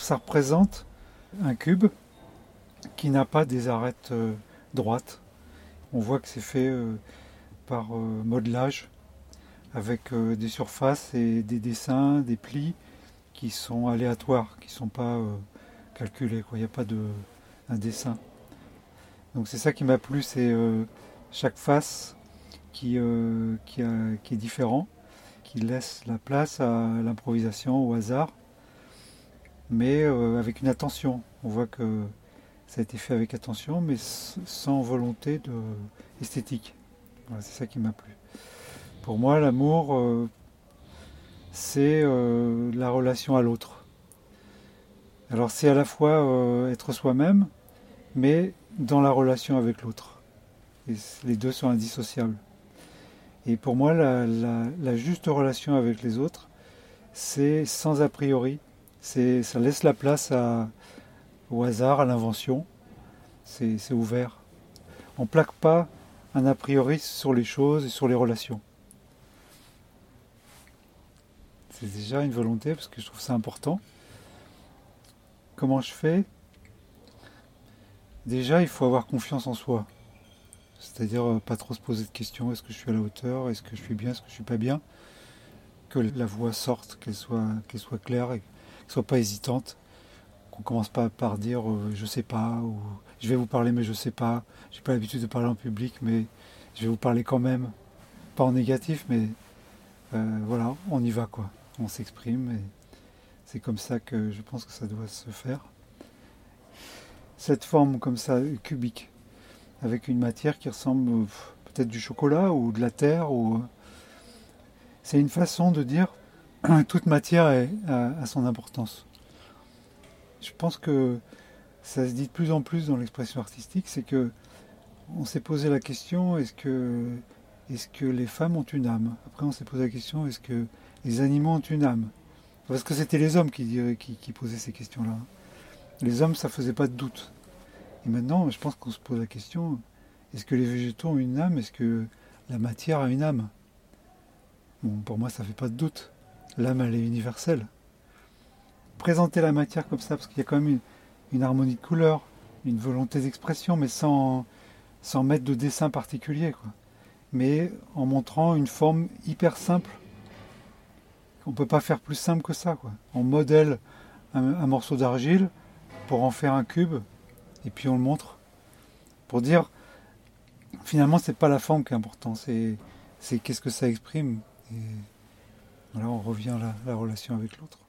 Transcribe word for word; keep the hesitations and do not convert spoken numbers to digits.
ça représente un cube qui n'a pas des arêtes euh, droites. On voit que c'est fait euh, par euh, modelage, avec euh, des surfaces et des dessins, des plis qui sont aléatoires, qui ne sont pas euh, calculés, quoi. Il n'y a pas de un dessin. Donc c'est ça qui m'a plu, c'est euh, chaque face qui, euh, qui, a- qui est différent, qui laisse la place à l'improvisation, au hasard, mais euh, avec une attention. On voit que ça a été fait avec attention, mais s- sans volonté de esthétique. Voilà, c'est ça qui m'a plu. Pour moi, l'amour, euh, c'est euh, la relation à l'autre. Alors c'est à la fois euh, être soi-même, mais dans la relation avec l'autre. Et les deux sont indissociables. Et pour moi, la, la- la juste relation avec les autres, c'est sans a priori. C'est, ça laisse la place à- au hasard, à l'invention. C'est, c'est ouvert. On ne plaque pas un a priori sur les choses et sur les relations. C'est déjà une volonté parce que je trouve ça important. Comment je fais? Déjà, il faut avoir confiance en soi. C'est-à-dire euh, pas trop se poser de questions. Est-ce que je suis à la hauteur? Est-ce que je suis bien? Est-ce que je suis pas bien? Que la voix sorte, qu'elle soit, qu'elle soit claire et qu'elle soit pas hésitante. Qu'on commence pas par dire euh, je sais pas ou je vais vous parler mais je sais pas. J'ai pas l'habitude de parler en public mais je vais vous parler quand même. Pas en négatif mais euh, voilà, on y va quoi. On s'exprime et c'est comme ça que je pense que ça doit se faire. Cette forme comme ça, cubique, avec une matière qui ressemble euh, peut-être du chocolat ou de la terre ou c'est une façon de dire toute matière est, a, a son importance. Je pense que ça se dit de plus en plus dans l'expression artistique, c'est que on s'est posé la question est-ce que, est-ce que les femmes ont une âme? Après on s'est posé la question est-ce que les animaux ont une âme? Parce que c'était les hommes qui, qui, qui posaient ces questions-là. Les hommes, ça faisait pas de doute. Et maintenant, je pense qu'on se pose la question est-ce que les végétaux ont une âme? Est-ce que la matière a une âme? Bon, pour moi, ça fait pas de doute. L'âme, elle est universelle. Présenter la matière comme ça, parce qu'il y a quand même une, une harmonie de couleurs, une volonté d'expression, mais sans, sans mettre de dessin particulier, quoi. Mais en montrant une forme hyper simple. On ne peut pas faire plus simple que ça, quoi. On modèle un, un morceau d'argile pour en faire un cube, et puis on le montre. Pour dire, finalement, c'est pas la forme qui est important, c'est, c'est qu'est-ce que ça exprime. Et voilà, on revient à la, la relation avec l'autre.